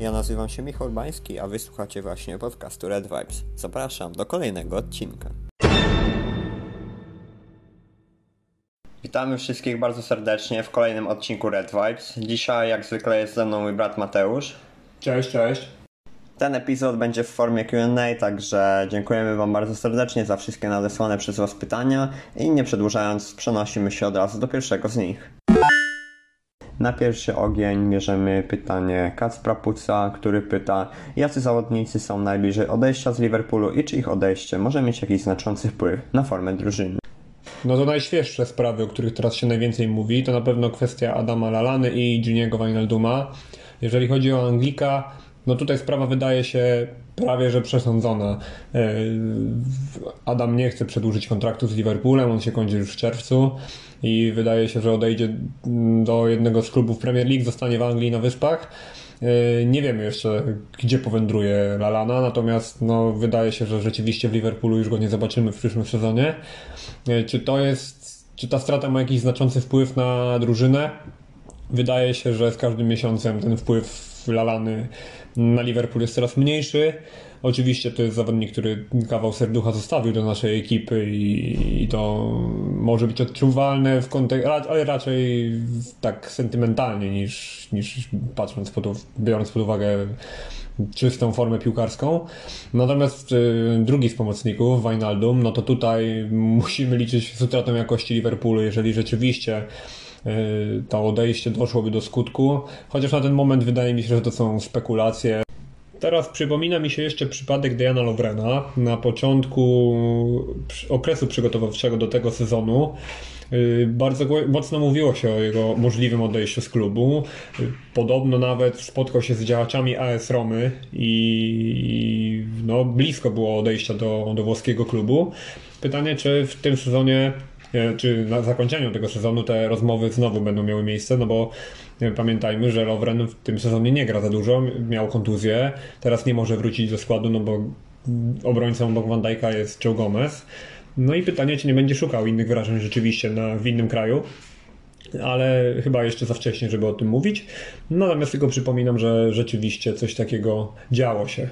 Ja nazywam się Michał Urbański, a wysłuchacie właśnie podcastu Red Vibes. Zapraszam do kolejnego odcinka. Witamy wszystkich bardzo serdecznie w kolejnym odcinku Red Vibes. Dzisiaj jak zwykle jest ze mną mój brat Mateusz. Cześć. Ten epizod będzie w formie Q&A, także dziękujemy Wam bardzo serdecznie za wszystkie nadesłane przez Was pytania i nie przedłużając przenosimy się od razu do pierwszego z nich. Na pierwszy ogień bierzemy pytanie Kacpra Puca, który pyta, jacy zawodnicy są najbliżej odejścia z Liverpoolu i czy ich odejście może mieć jakiś znaczący wpływ na formę drużyny. No to najświeższe sprawy, o których teraz się najwięcej mówi, to na pewno kwestia Adama Lallany i Giniego Wijnalduma. Jeżeli chodzi o Anglika, no tutaj sprawa wydaje się prawie że przesądzona. Adam nie chce przedłużyć kontraktu z Liverpoolem, on się kończy już w czerwcu i wydaje się, że odejdzie do jednego z klubów Premier League, zostanie w Anglii na Wyspach. Nie wiemy jeszcze, gdzie powędruje Lallana, natomiast wydaje się, że rzeczywiście w Liverpoolu już go nie zobaczymy w przyszłym sezonie. Czy ta strata ma jakiś znaczący wpływ na drużynę? Wydaje się, że z każdym miesiącem ten wpływ Lallany na Liverpool jest coraz mniejszy. Oczywiście to jest zawodnik, który kawał serducha zostawił do naszej ekipy i to może być odczuwalne ale raczej tak sentymentalnie niż biorąc pod uwagę czystą formę piłkarską. Natomiast drugi z pomocników, Wijnaldum, no to tutaj musimy liczyć z utratą jakości Liverpoolu, jeżeli rzeczywiście to odejście doszłoby do skutku. Chociaż na ten moment wydaje mi się, że to są spekulacje. Teraz przypomina mi się jeszcze przypadek Dejana Lovrena na początku okresu przygotowawczego do tego sezonu. Bardzo mocno mówiło się o jego możliwym odejściu z klubu. Podobno nawet spotkał się z działaczami AS Romy i blisko było odejścia do włoskiego klubu. Pytanie, czy w tym sezonie, czy na zakończeniu tego sezonu te rozmowy znowu będą miały miejsce, no bo pamiętajmy, że Lovren w tym sezonie nie gra za dużo, miał kontuzję, teraz nie może wrócić do składu, no bo obrońcą obok Van Dijk'a jest Joe Gomez. No i pytanie, czy nie będzie szukał innych wrażeń rzeczywiście w innym kraju, ale chyba jeszcze za wcześnie, żeby o tym mówić. Natomiast tylko przypominam, że rzeczywiście coś takiego działo się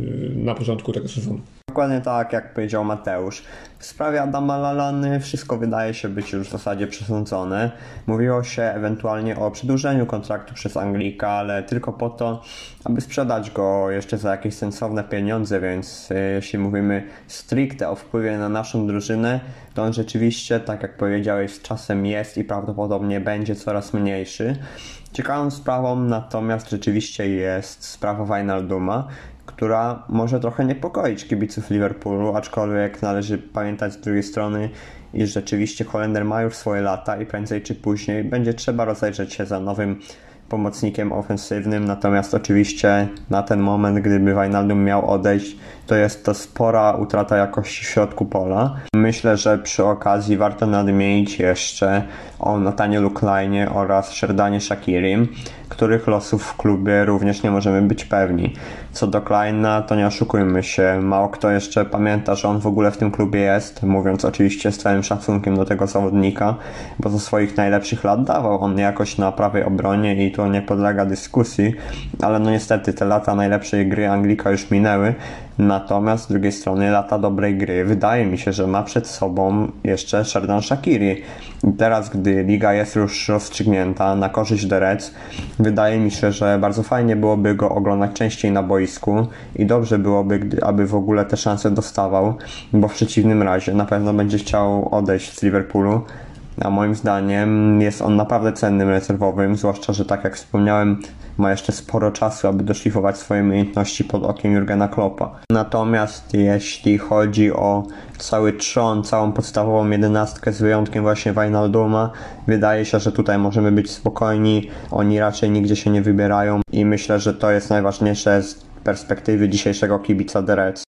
na początku tego sezonu. Dokładnie tak, jak powiedział Mateusz. W sprawie Adama Lallany wszystko wydaje się być już w zasadzie przesądzone. Mówiło się ewentualnie o przedłużeniu kontraktu przez Anglika, ale tylko po to, aby sprzedać go jeszcze za jakieś sensowne pieniądze, więc jeśli mówimy stricte o wpływie na naszą drużynę, to on rzeczywiście, tak jak powiedziałeś, z czasem jest i prawdopodobnie będzie coraz mniejszy. Ciekawą sprawą natomiast rzeczywiście jest sprawa Wijnalduma, która może trochę niepokoić kibiców Liverpoolu, aczkolwiek należy pamiętać z drugiej strony, iż rzeczywiście Holender ma już swoje lata i prędzej czy później będzie trzeba rozejrzeć się za nowym pomocnikiem ofensywnym, natomiast oczywiście na ten moment, gdyby Wijnaldum miał odejść, to jest to spora utrata jakości w środku pola. Myślę, że przy okazji warto nadmienić jeszcze o Nathanielu Kleinie oraz Sherdanie Shakirim, których losów w klubie również nie możemy być pewni. Co do Kleina, to nie oszukujmy się, mało kto jeszcze pamięta, że on w ogóle w tym klubie jest, mówiąc oczywiście z całym szacunkiem do tego zawodnika, bo ze swoich najlepszych lat dawał on jakoś na prawej obronie i to nie podlega dyskusji, ale niestety te lata najlepszej gry Anglika już minęły. Natomiast z drugiej strony lata dobrej gry wydaje mi się, że ma przed sobą jeszcze Xherdan Shaqiri. I teraz, gdy liga jest już rozstrzygnięta na korzyść The Reds, wydaje mi się, że bardzo fajnie byłoby go oglądać częściej na boisku i dobrze byłoby, aby w ogóle te szanse dostawał, bo w przeciwnym razie na pewno będzie chciał odejść z Liverpoolu. A moim zdaniem jest on naprawdę cennym rezerwowym, zwłaszcza, że tak jak wspomniałem, ma jeszcze sporo czasu, aby doszlifować swoje umiejętności pod okiem Jurgena Kloppa. Natomiast jeśli chodzi o cały trzon, całą podstawową jedenastkę z wyjątkiem właśnie Wijnalduma, wydaje się, że tutaj możemy być spokojni, oni raczej nigdzie się nie wybierają i myślę, że to jest najważniejsze z perspektywy dzisiejszego kibica The Reds.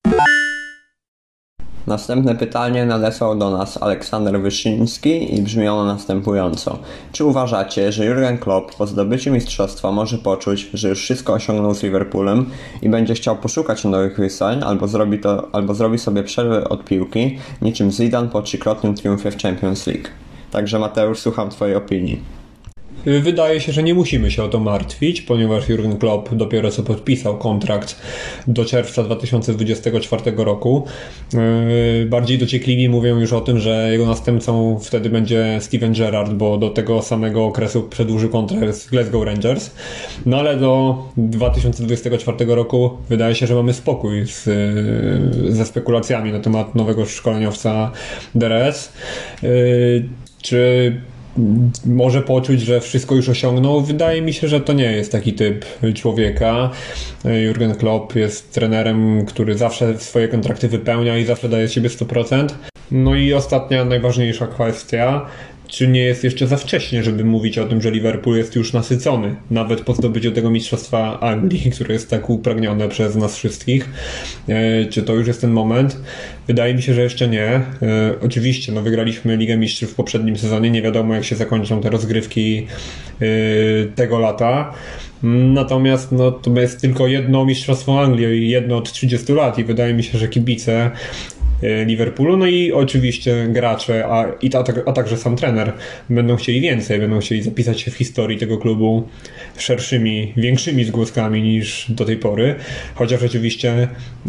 Następne pytanie nadesłał do nas Aleksander Wyszyński i brzmi ono następująco. Czy uważacie, że Jurgen Klopp po zdobyciu mistrzostwa może poczuć, że już wszystko osiągnął z Liverpoolem i będzie chciał poszukać nowych wyzwań, albo zrobi sobie przerwę od piłki, niczym Zidane po 3-krotnym triumfie w Champions League? Także Mateusz, słucham Twojej opinii. Wydaje się, że nie musimy się o to martwić, ponieważ Jurgen Klopp dopiero co podpisał kontrakt do czerwca 2024 roku. Bardziej dociekliwi mówią już o tym, że jego następcą wtedy będzie Steven Gerrard, bo do tego samego okresu przedłużył kontrakt z Glasgow Rangers. No ale do 2024 roku wydaje się, że mamy spokój ze spekulacjami na temat nowego szkoleniowca DRS. Czy może poczuć, że wszystko już osiągnął? Wydaje mi się, że to nie jest taki typ człowieka. Jurgen Klopp jest trenerem, który zawsze swoje kontrakty wypełnia i zawsze daje z siebie 100%. No i ostatnia, najważniejsza kwestia. Czy nie jest jeszcze za wcześnie, żeby mówić o tym, że Liverpool jest już nasycony, nawet po zdobyciu tego mistrzostwa Anglii, które jest tak upragnione przez nas wszystkich? Czy to już jest ten moment? Wydaje mi się, że jeszcze nie. Oczywiście, wygraliśmy Ligę Mistrzów w poprzednim sezonie, nie wiadomo jak się zakończą te rozgrywki tego lata. Natomiast to jest tylko jedno mistrzostwo Anglii, jedno od 30 lat i wydaje mi się, że kibice Liverpoolu, no i oczywiście gracze, a także sam trener będą chcieli więcej, będą chcieli zapisać się w historii tego klubu szerszymi, większymi zgłoskami niż do tej pory, chociaż oczywiście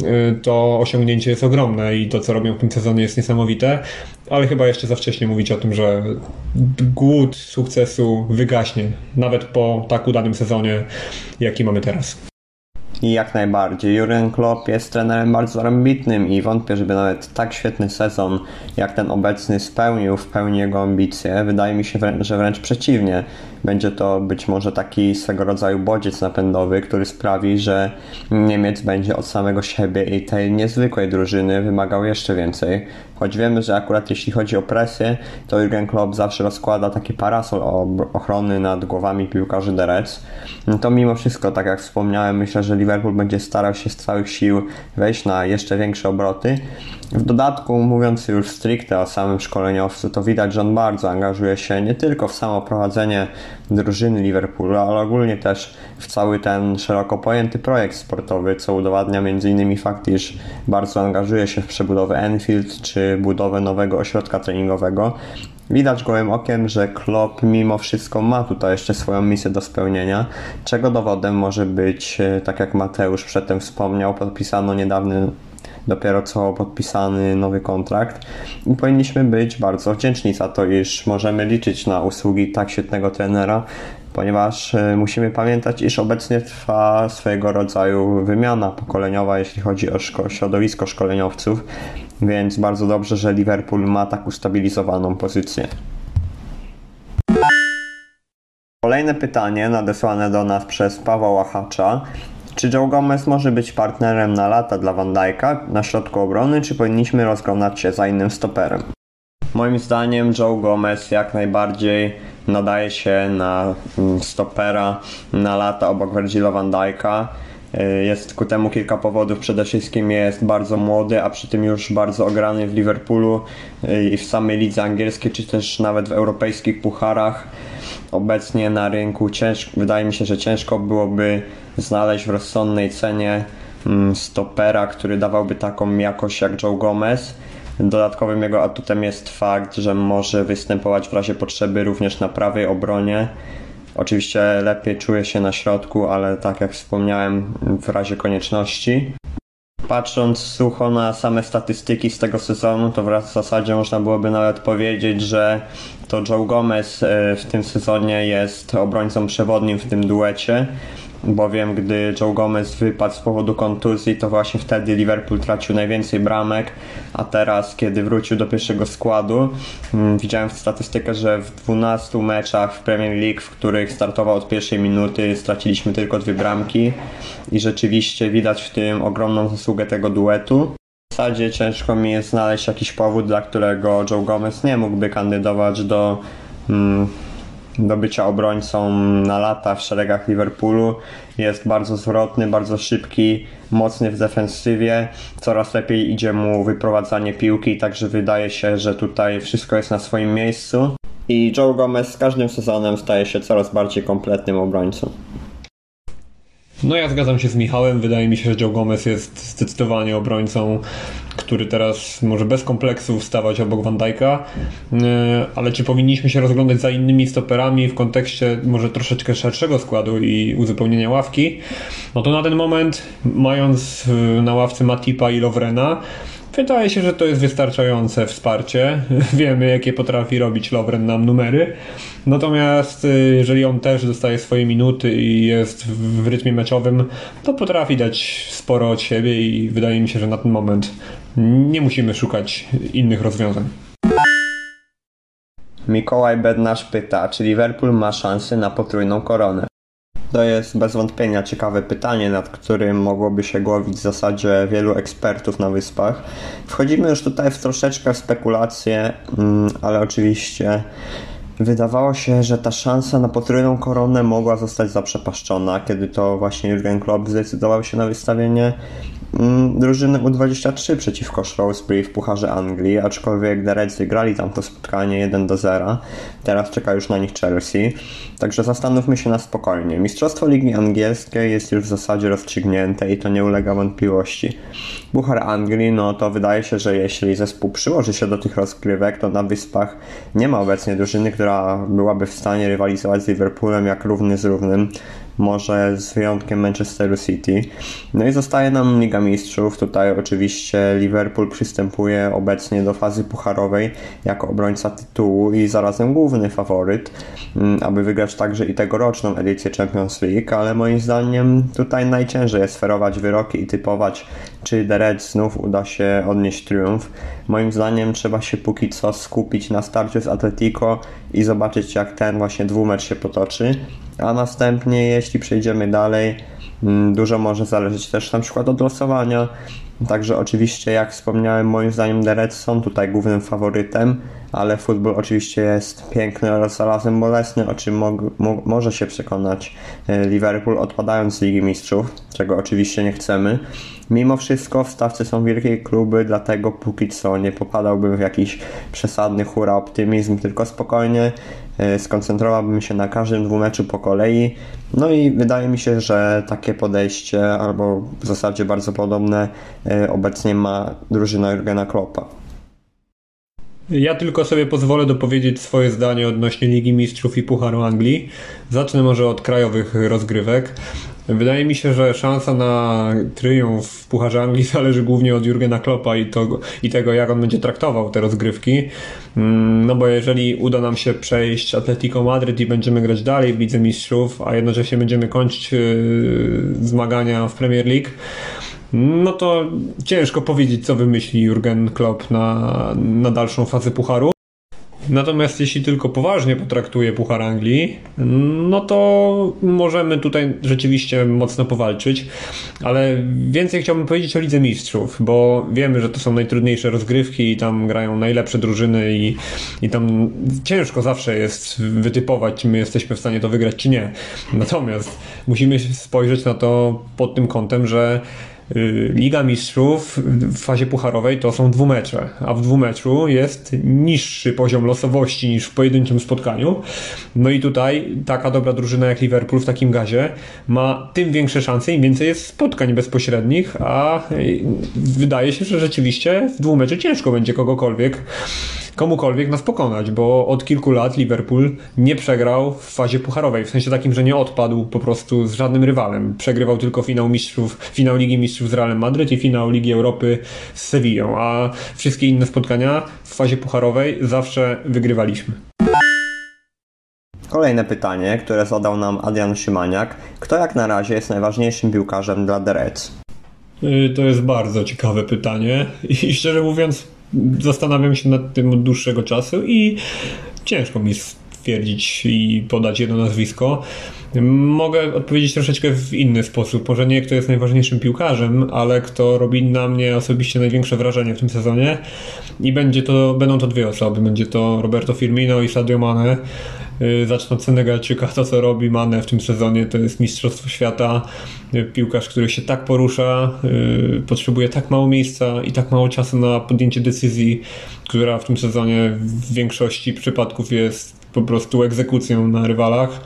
to osiągnięcie jest ogromne i to co robią w tym sezonie jest niesamowite, ale chyba jeszcze za wcześnie mówić o tym, że głód sukcesu wygaśnie nawet po tak udanym sezonie, jaki mamy teraz. I jak najbardziej. Jurgen Klopp jest trenerem bardzo ambitnym i wątpię, żeby nawet tak świetny sezon jak ten obecny spełnił w pełni jego ambicje. Wydaje mi się, że wręcz przeciwnie. Będzie to być może taki swego rodzaju bodziec napędowy, który sprawi, że Niemiec będzie od samego siebie i tej niezwykłej drużyny wymagał jeszcze więcej. Choć wiemy, że akurat jeśli chodzi o presję, to Jurgen Klopp zawsze rozkłada taki parasol ochrony nad głowami piłkarzy The Reds. To mimo wszystko, tak jak wspomniałem, myślę, że Liverpool będzie starał się z całych sił wejść na jeszcze większe obroty. W dodatku, mówiąc już stricte o samym szkoleniowcu, to widać, że on bardzo angażuje się nie tylko w samo prowadzenie drużyny Liverpoolu, ale ogólnie też w cały ten szeroko pojęty projekt sportowy, co udowadnia m.in. fakt, iż bardzo angażuje się w przebudowę Anfield czy budowę nowego ośrodka treningowego. Widać gołym okiem, że Klopp mimo wszystko ma tutaj jeszcze swoją misję do spełnienia, czego dowodem może być, tak jak Mateusz przedtem wspomniał, dopiero co podpisany nowy kontrakt i powinniśmy być bardzo wdzięczni za to, iż możemy liczyć na usługi tak świetnego trenera, ponieważ musimy pamiętać, iż obecnie trwa swojego rodzaju wymiana pokoleniowa, jeśli chodzi o środowisko szkoleniowców, więc bardzo dobrze, że Liverpool ma tak ustabilizowaną pozycję. Kolejne pytanie nadesłane do nas przez Pawła Hacza. Czy Joe Gomez może być partnerem na lata dla Van Dijk'a na środku obrony, czy powinniśmy rozglądać się za innym stoperem? Moim zdaniem Joe Gomez jak najbardziej nadaje się na stopera na lata obok Virgila van Dijk'a. Jest ku temu kilka powodów. Przede wszystkim jest bardzo młody, a przy tym już bardzo ograny w Liverpoolu i w samej lidze angielskiej, czy też nawet w europejskich pucharach. Obecnie na rynku wydaje mi się, że ciężko byłoby znaleźć w rozsądnej cenie stopera, który dawałby taką jakość jak Joe Gomez. Dodatkowym jego atutem jest fakt, że może występować w razie potrzeby również na prawej obronie. Oczywiście lepiej czuje się na środku, ale tak jak wspomniałem, w razie konieczności. Patrząc sucho na same statystyki z tego sezonu, to w zasadzie można byłoby nawet powiedzieć, że to Joe Gomez w tym sezonie jest obrońcą przewodnim w tym duecie, bowiem gdy Joe Gomez wypadł z powodu kontuzji, to właśnie wtedy Liverpool tracił najwięcej bramek, a teraz, kiedy wrócił do pierwszego składu, widziałem statystykę, że w 12 meczach w Premier League, w których startował od pierwszej minuty, straciliśmy tylko 2 bramki i rzeczywiście widać w tym ogromną zasługę tego duetu. W zasadzie ciężko mi jest znaleźć jakiś powód, dla którego Joe Gomez nie mógłby kandydować do bycia obrońcą na lata w szeregach Liverpoolu. Jest bardzo zwrotny, bardzo szybki, mocny w defensywie, coraz lepiej idzie mu wyprowadzanie piłki, także wydaje się, że tutaj wszystko jest na swoim miejscu i Joe Gomez z każdym sezonem staje się coraz bardziej kompletnym obrońcą. No ja zgadzam się z Michałem, wydaje mi się, że Joe Gomez jest zdecydowanie obrońcą, który teraz może bez kompleksów stawać obok Van Dijk'a, ale czy powinniśmy się rozglądać za innymi stoperami w kontekście może troszeczkę szerszego składu i uzupełnienia ławki, no to na ten moment, mając na ławce Matipa i Lovrena, wydaje się, że to jest wystarczające wsparcie. Wiemy, jakie potrafi robić Lovren nam numery. Natomiast jeżeli on też dostaje swoje minuty i jest w rytmie meczowym, to potrafi dać sporo od siebie i wydaje mi się, że na ten moment nie musimy szukać innych rozwiązań. Mikołaj Bednarz pyta, czy Liverpool ma szansę na potrójną koronę? To jest bez wątpienia ciekawe pytanie, nad którym mogłoby się głowić w zasadzie wielu ekspertów na Wyspach. Wchodzimy już tutaj w troszeczkę spekulacje, ale oczywiście wydawało się, że ta szansa na potrójną koronę mogła zostać zaprzepaszczona, kiedy to właśnie Jurgen Klopp zdecydował się na wystawienie drużyny U23 przeciwko Shrewsbury w Pucharze Anglii, aczkolwiek The Reds wygrali tam to spotkanie 1-0. Teraz czeka już na nich Chelsea. Także zastanówmy się na spokojnie. Mistrzostwo Ligi Angielskiej jest już w zasadzie rozstrzygnięte i to nie ulega wątpliwości. Puchar Anglii, no to wydaje się, że jeśli zespół przyłoży się do tych rozgrywek, to na Wyspach nie ma obecnie drużyny, która byłaby w stanie rywalizować z Liverpoolem jak równy z równym. Może z wyjątkiem Manchesteru City. No i zostaje nam Liga Mistrzów. Tutaj oczywiście Liverpool przystępuje obecnie do fazy pucharowej jako obrońca tytułu i zarazem główny faworyt, aby wygrać także i tegoroczną edycję Champions League, ale moim zdaniem tutaj najciężej jest ferować wyroki i typować, czy The Reds znów uda się odnieść triumf. Moim zdaniem trzeba się póki co skupić na starciu z Atletico i zobaczyć, jak ten właśnie dwumecz się potoczy, a następnie jeśli przejdziemy dalej, dużo może zależeć też na przykład od losowania. Także oczywiście, jak wspomniałem, moim zdaniem The Reds są tutaj głównym faworytem, ale futbol oczywiście jest piękny oraz zarazem bolesny, o czym może się przekonać Liverpool, odpadając z Ligi Mistrzów, czego oczywiście nie chcemy. Mimo wszystko w stawce są wielkie kluby, dlatego póki co nie popadałbym w jakiś przesadny hura optymizm, tylko spokojnie skoncentrowałbym się na każdym dwumeczu po kolei. No i wydaje mi się, że takie podejście, albo w zasadzie bardzo podobne, obecnie ma drużyna Jurgena Kloppa. Ja tylko sobie pozwolę dopowiedzieć swoje zdanie odnośnie Ligi Mistrzów i Pucharu Anglii. Zacznę może od krajowych rozgrywek. Wydaje mi się, że szansa na triumf w Pucharze Anglii zależy głównie od Jurgena Kloppa i tego, jak on będzie traktował te rozgrywki. No bo jeżeli uda nam się przejść Atletico Madryt i będziemy grać dalej w Lidze Mistrzów, a jednocześnie będziemy kończyć zmagania w Premier League, no to ciężko powiedzieć, co wymyśli Jurgen Klopp na dalszą fazę pucharu. Natomiast jeśli tylko poważnie potraktuje Puchar Anglii, no to możemy tutaj rzeczywiście mocno powalczyć, ale więcej chciałbym powiedzieć o Lidze Mistrzów, bo wiemy, że to są najtrudniejsze rozgrywki i tam grają najlepsze drużyny i tam ciężko zawsze jest wytypować, czy my jesteśmy w stanie to wygrać, czy nie. Natomiast musimy spojrzeć na to pod tym kątem, że Liga Mistrzów w fazie pucharowej to są dwumecze, a w dwumeczu jest niższy poziom losowości niż w pojedynczym spotkaniu. No i tutaj taka dobra drużyna jak Liverpool w takim gazie ma tym większe szanse, im więcej jest spotkań bezpośrednich, a wydaje się, że rzeczywiście w dwumeczu ciężko będzie komukolwiek nas pokonać, bo od kilku lat Liverpool nie przegrał w fazie pucharowej, w sensie takim, że nie odpadł po prostu z żadnym rywalem. Przegrywał tylko finał Ligi Mistrzów z Realem Madryt i finał Ligi Europy z Sevillą, a wszystkie inne spotkania w fazie pucharowej zawsze wygrywaliśmy. Kolejne pytanie, które zadał nam Adrian Szymaniak. Kto jak na razie jest najważniejszym piłkarzem dla The Reds? To jest bardzo ciekawe pytanie i szczerze mówiąc zastanawiam się nad tym od dłuższego czasu i ciężko mi stwierdzić i podać jedno nazwisko. Mogę odpowiedzieć troszeczkę w inny sposób. Może nie kto jest najważniejszym piłkarzem, ale kto robi na mnie osobiście największe wrażenie w tym sezonie. I będą to dwie osoby. Będzie to Roberto Firmino i Sadio Mane. Zacznę od Senegalczyka. To, co robi Mane w tym sezonie, to jest mistrzostwo świata. Piłkarz, który się tak porusza, potrzebuje tak mało miejsca i tak mało czasu na podjęcie decyzji, która w tym sezonie w większości przypadków jest po prostu egzekucją na rywalach.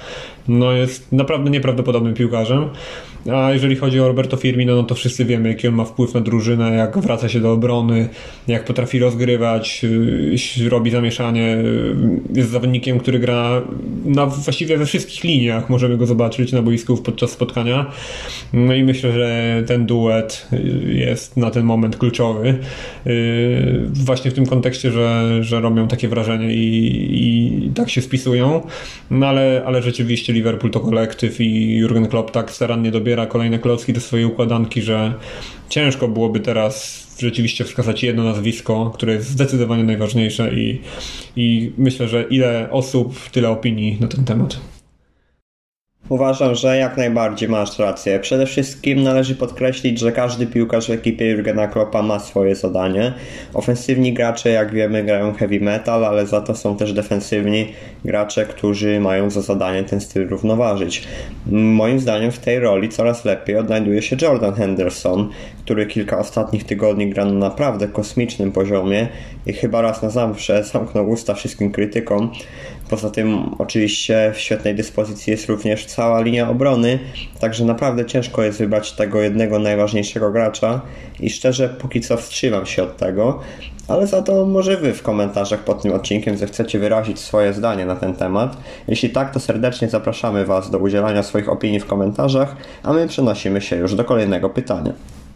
no jest naprawdę nieprawdopodobnym piłkarzem. A jeżeli chodzi o Roberto Firmino, no to wszyscy wiemy, jaki on ma wpływ na drużynę, jak wraca się do obrony, jak potrafi rozgrywać, robi zamieszanie. Jest zawodnikiem, który gra właściwie we wszystkich liniach. Możemy go zobaczyć na boisku podczas spotkania. No i myślę, że ten duet jest na ten moment kluczowy. Właśnie w tym kontekście, że robią takie wrażenie i tak się spisują. No ale rzeczywiście Liverpool to kolektyw i Jurgen Klopp tak starannie dobiera kolejne klocki do swojej układanki, że ciężko byłoby teraz rzeczywiście wskazać jedno nazwisko, które jest zdecydowanie najważniejsze i myślę, że ile osób, tyle opinii na ten temat. Uważam, że jak najbardziej masz rację. Przede wszystkim należy podkreślić, że każdy piłkarz w ekipie Jurgena Kloppa ma swoje zadanie. Ofensywni gracze, jak wiemy, grają heavy metal, ale za to są też defensywni gracze, którzy mają za zadanie ten styl równoważyć. Moim zdaniem w tej roli coraz lepiej odnajduje się Jordan Henderson, który kilka ostatnich tygodni gra na naprawdę kosmicznym poziomie i chyba raz na zawsze zamknął usta wszystkim krytykom. Poza tym oczywiście w świetnej dyspozycji jest również cała linia obrony, także naprawdę ciężko jest wybrać tego jednego najważniejszego gracza i szczerze póki co wstrzymam się od tego, ale za to może wy w komentarzach pod tym odcinkiem zechcecie wyrazić swoje zdanie na ten temat. Jeśli tak, to serdecznie zapraszamy was do udzielania swoich opinii w komentarzach, a my przenosimy się już do kolejnego pytania.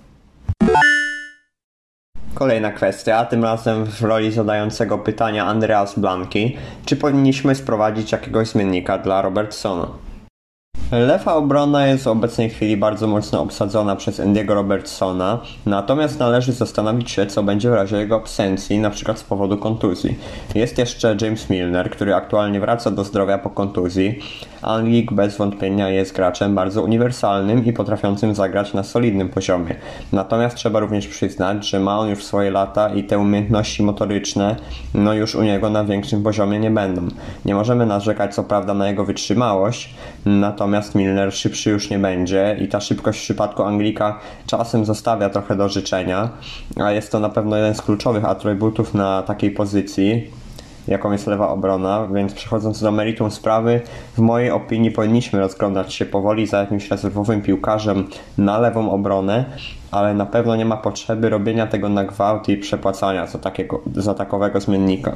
Kolejna kwestia, tym razem w roli zadającego pytania Andreas Blanki. Czy powinniśmy sprowadzić jakiegoś zmiennika dla Robertsona? Lewa obrona jest w obecnej chwili bardzo mocno obsadzona przez Andy'ego Robertsona, natomiast należy zastanowić się, co będzie w razie jego absencji, np. z powodu kontuzji. Jest jeszcze James Milner, który aktualnie wraca do zdrowia po kontuzji. Anglik bez wątpienia jest graczem bardzo uniwersalnym i potrafiącym zagrać na solidnym poziomie. Natomiast trzeba również przyznać, że ma on już swoje lata i te umiejętności motoryczne już u niego na większym poziomie nie będą. Nie możemy narzekać co prawda na jego wytrzymałość, natomiast Milner szybszy już nie będzie i ta szybkość w przypadku Anglika czasem zostawia trochę do życzenia, a jest to na pewno jeden z kluczowych atrybutów na takiej pozycji, jaką jest lewa obrona, więc przechodząc do meritum sprawy, w mojej opinii powinniśmy rozglądać się powoli za jakimś rezerwowym piłkarzem na lewą obronę, ale na pewno nie ma potrzeby robienia tego na gwałt i przepłacania za takowego zmiennika.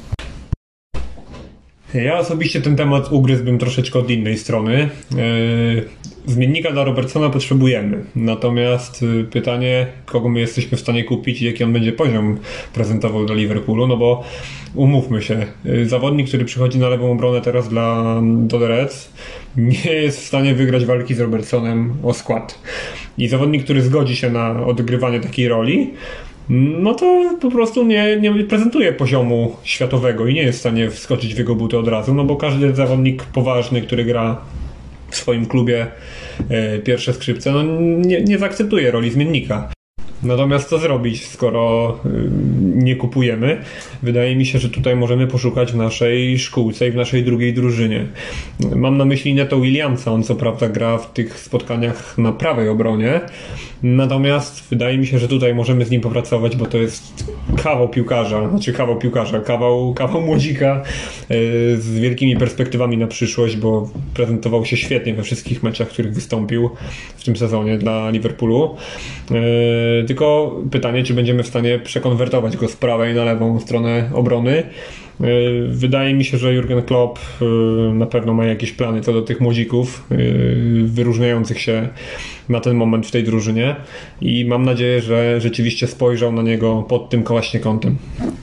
Ja osobiście ten temat ugryzłbym troszeczkę od innej strony. Zmiennika dla Robertsona potrzebujemy, natomiast pytanie, kogo my jesteśmy w stanie kupić i jaki on będzie poziom prezentował dla Liverpoolu, no bo umówmy się, zawodnik, który przychodzi na lewą obronę teraz do The Reds, nie jest w stanie wygrać walki z Robertsonem o skład. I zawodnik, który zgodzi się na odgrywanie takiej roli, no to po prostu nie prezentuje poziomu światowego i nie jest w stanie wskoczyć w jego buty od razu, no bo każdy zawodnik poważny, który gra w swoim klubie pierwsze skrzypce, nie zaakceptuje roli zmiennika. Natomiast co zrobić, skoro nie kupujemy? Wydaje mi się, że tutaj możemy poszukać w naszej szkółce i w naszej drugiej drużynie. Mam na myśli Neto Williamsa, on co prawda gra w tych spotkaniach na prawej obronie, natomiast wydaje mi się, że tutaj możemy z nim popracować, bo to jest kawał młodzika z wielkimi perspektywami na przyszłość, bo prezentował się świetnie we wszystkich meczach, w których wystąpił w tym sezonie dla Liverpoolu. Tylko pytanie, czy będziemy w stanie przekonwertować go z prawej na lewą stronę obrony. Wydaje mi się, że Jurgen Klopp na pewno ma jakieś plany co do tych młodzików wyróżniających się na ten moment w tej drużynie i mam nadzieję, że rzeczywiście spojrzał na niego pod tym właśnie kątem.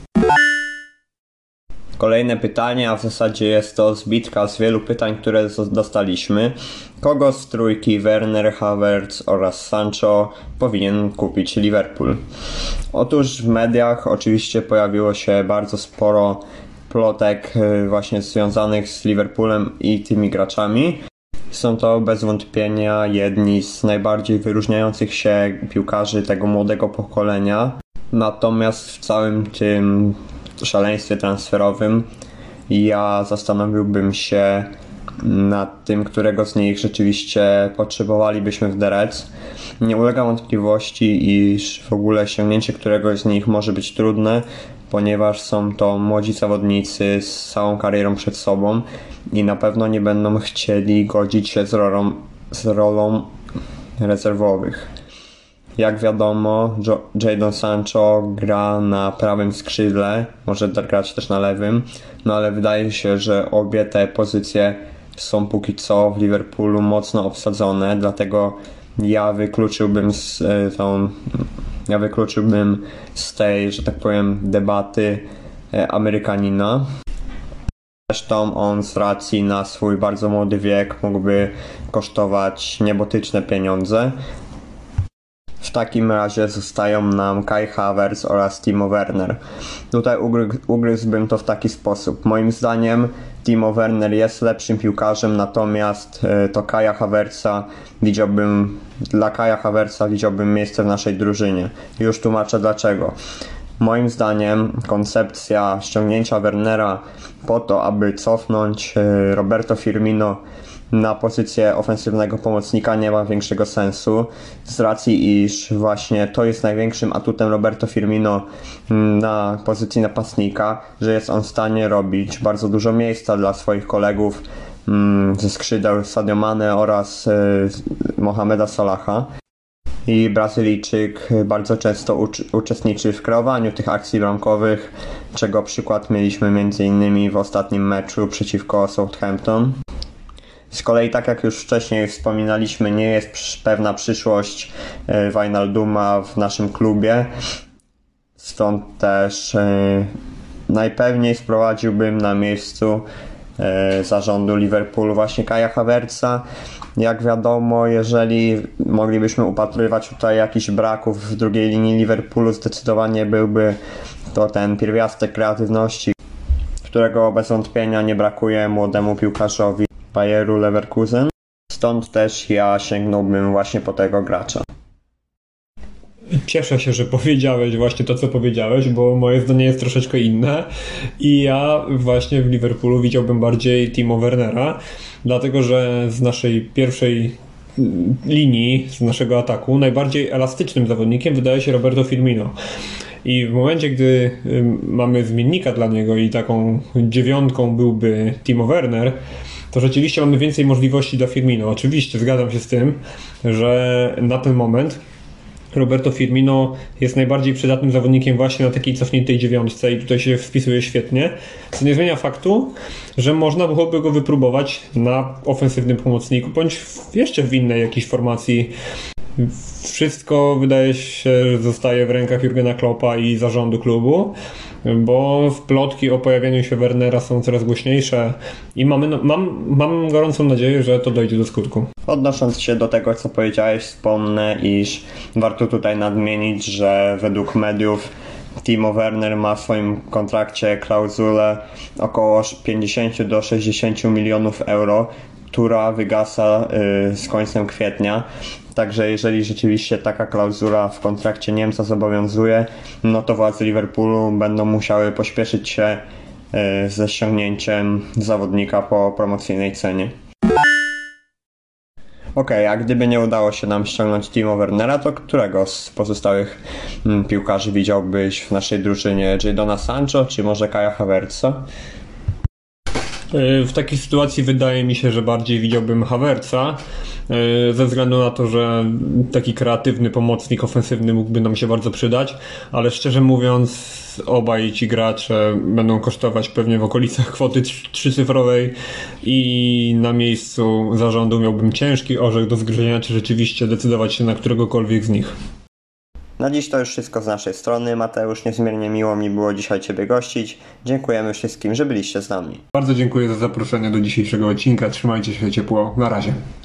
Kolejne pytanie, a w zasadzie jest to zbitka z wielu pytań, które dostaliśmy. Kogo z trójki Werner, Havertz oraz Sancho powinien kupić Liverpool? Otóż w mediach oczywiście pojawiło się bardzo sporo plotek właśnie związanych z Liverpoolem i tymi graczami. Są to bez wątpienia jedni z najbardziej wyróżniających się piłkarzy tego młodego pokolenia. Natomiast w całym tym szaleństwie transferowym ja zastanowiłbym się nad tym, którego z nich rzeczywiście potrzebowalibyśmy w The Reds. Nie ulega wątpliwości, iż w ogóle sięgnięcie któregoś z nich może być trudne, ponieważ są to młodzi zawodnicy z całą karierą przed sobą i na pewno nie będą chcieli godzić się z rolą rezerwowych. Jak wiadomo, Jadon Sancho gra na prawym skrzydle, może grać też na lewym, no ale wydaje się, że obie te pozycje są póki co w Liverpoolu mocno obsadzone, dlatego ja wykluczyłbym z tej, że tak powiem, debaty Amerykanina. Zresztą on z racji na swój bardzo młody wiek mógłby kosztować niebotyczne pieniądze. W takim razie zostają nam Kai Havertz oraz Timo Werner. Tutaj ugryzłbym to w taki sposób. Moim zdaniem Timo Werner jest lepszym piłkarzem, natomiast dla Kaja Havertza widziałbym miejsce w naszej drużynie. Już tłumaczę dlaczego. Moim zdaniem koncepcja ściągnięcia Wernera po to, aby cofnąć Roberto Firmino na pozycję ofensywnego pomocnika nie ma większego sensu, z racji iż właśnie to jest największym atutem Roberto Firmino na pozycji napastnika, że jest on w stanie robić bardzo dużo miejsca dla swoich kolegów ze skrzydeł Sadio Mane oraz Mohameda Salaha. I Brazylijczyk bardzo często uczestniczy w kreowaniu tych akcji bramkowych, czego przykład mieliśmy m.in. w ostatnim meczu przeciwko Southampton. Z kolei, tak jak już wcześniej wspominaliśmy, nie jest pewna przyszłość Wijnalduma w naszym klubie. Stąd też najpewniej sprowadziłbym na miejscu zarządu Liverpoolu właśnie Kaja Havertza. Jak wiadomo, jeżeli moglibyśmy upatrywać tutaj jakichś braków w drugiej linii Liverpoolu, zdecydowanie byłby to ten pierwiastek kreatywności, którego bez wątpienia nie brakuje młodemu piłkarzowi Bayeru Leverkusen. Stąd też ja sięgnąłbym właśnie po tego gracza. Cieszę się, że powiedziałeś właśnie to, co powiedziałeś, bo moje zdanie jest troszeczkę inne i ja właśnie w Liverpoolu widziałbym bardziej Timo Wernera, dlatego że z naszej pierwszej linii, z naszego ataku, najbardziej elastycznym zawodnikiem wydaje się Roberto Firmino. I w momencie, gdy mamy zmiennika dla niego i taką dziewiątką byłby Timo Werner, to rzeczywiście mamy więcej możliwości dla Firmino. Oczywiście zgadzam się z tym, że na ten moment Roberto Firmino jest najbardziej przydatnym zawodnikiem właśnie na takiej cofniętej dziewiątce i tutaj się wpisuje świetnie, co nie zmienia faktu, że można byłoby go wypróbować na ofensywnym pomocniku, bądź jeszcze w innej jakiejś formacji. Wszystko wydaje się, że zostaje w rękach Jurgena Kloppa i zarządu klubu, bo plotki o pojawieniu się Wernera są coraz głośniejsze i mam gorącą nadzieję, że to dojdzie do skutku. Odnosząc się do tego, co powiedziałeś, wspomnę, iż warto tutaj nadmienić, że według mediów Timo Werner ma w swoim kontrakcie klauzulę około 50 do 60 milionów euro, która wygasa z końcem kwietnia. Także jeżeli rzeczywiście taka klauzula w kontrakcie Niemca zobowiązuje, no to władze Liverpoolu będą musiały pośpieszyć się ze ściągnięciem zawodnika po promocyjnej cenie. A gdyby nie udało się nam ściągnąć Timo Wernera, to którego z pozostałych piłkarzy widziałbyś w naszej drużynie? Jadona Sancho czy może Kaja Havertza? W takiej sytuacji wydaje mi się, że bardziej widziałbym Havertza, ze względu na to, że taki kreatywny pomocnik ofensywny mógłby nam się bardzo przydać, ale szczerze mówiąc obaj ci gracze będą kosztować pewnie w okolicach kwoty trzycyfrowej i na miejscu zarządu miałbym ciężki orzech do zgryzienia, czy rzeczywiście decydować się na któregokolwiek z nich. Na dziś to już wszystko z naszej strony. Mateusz, niezmiernie miło mi było dzisiaj Ciebie gościć. Dziękujemy wszystkim, że byliście z nami. Bardzo dziękuję za zaproszenie do dzisiejszego odcinka. Trzymajcie się ciepło. Na razie.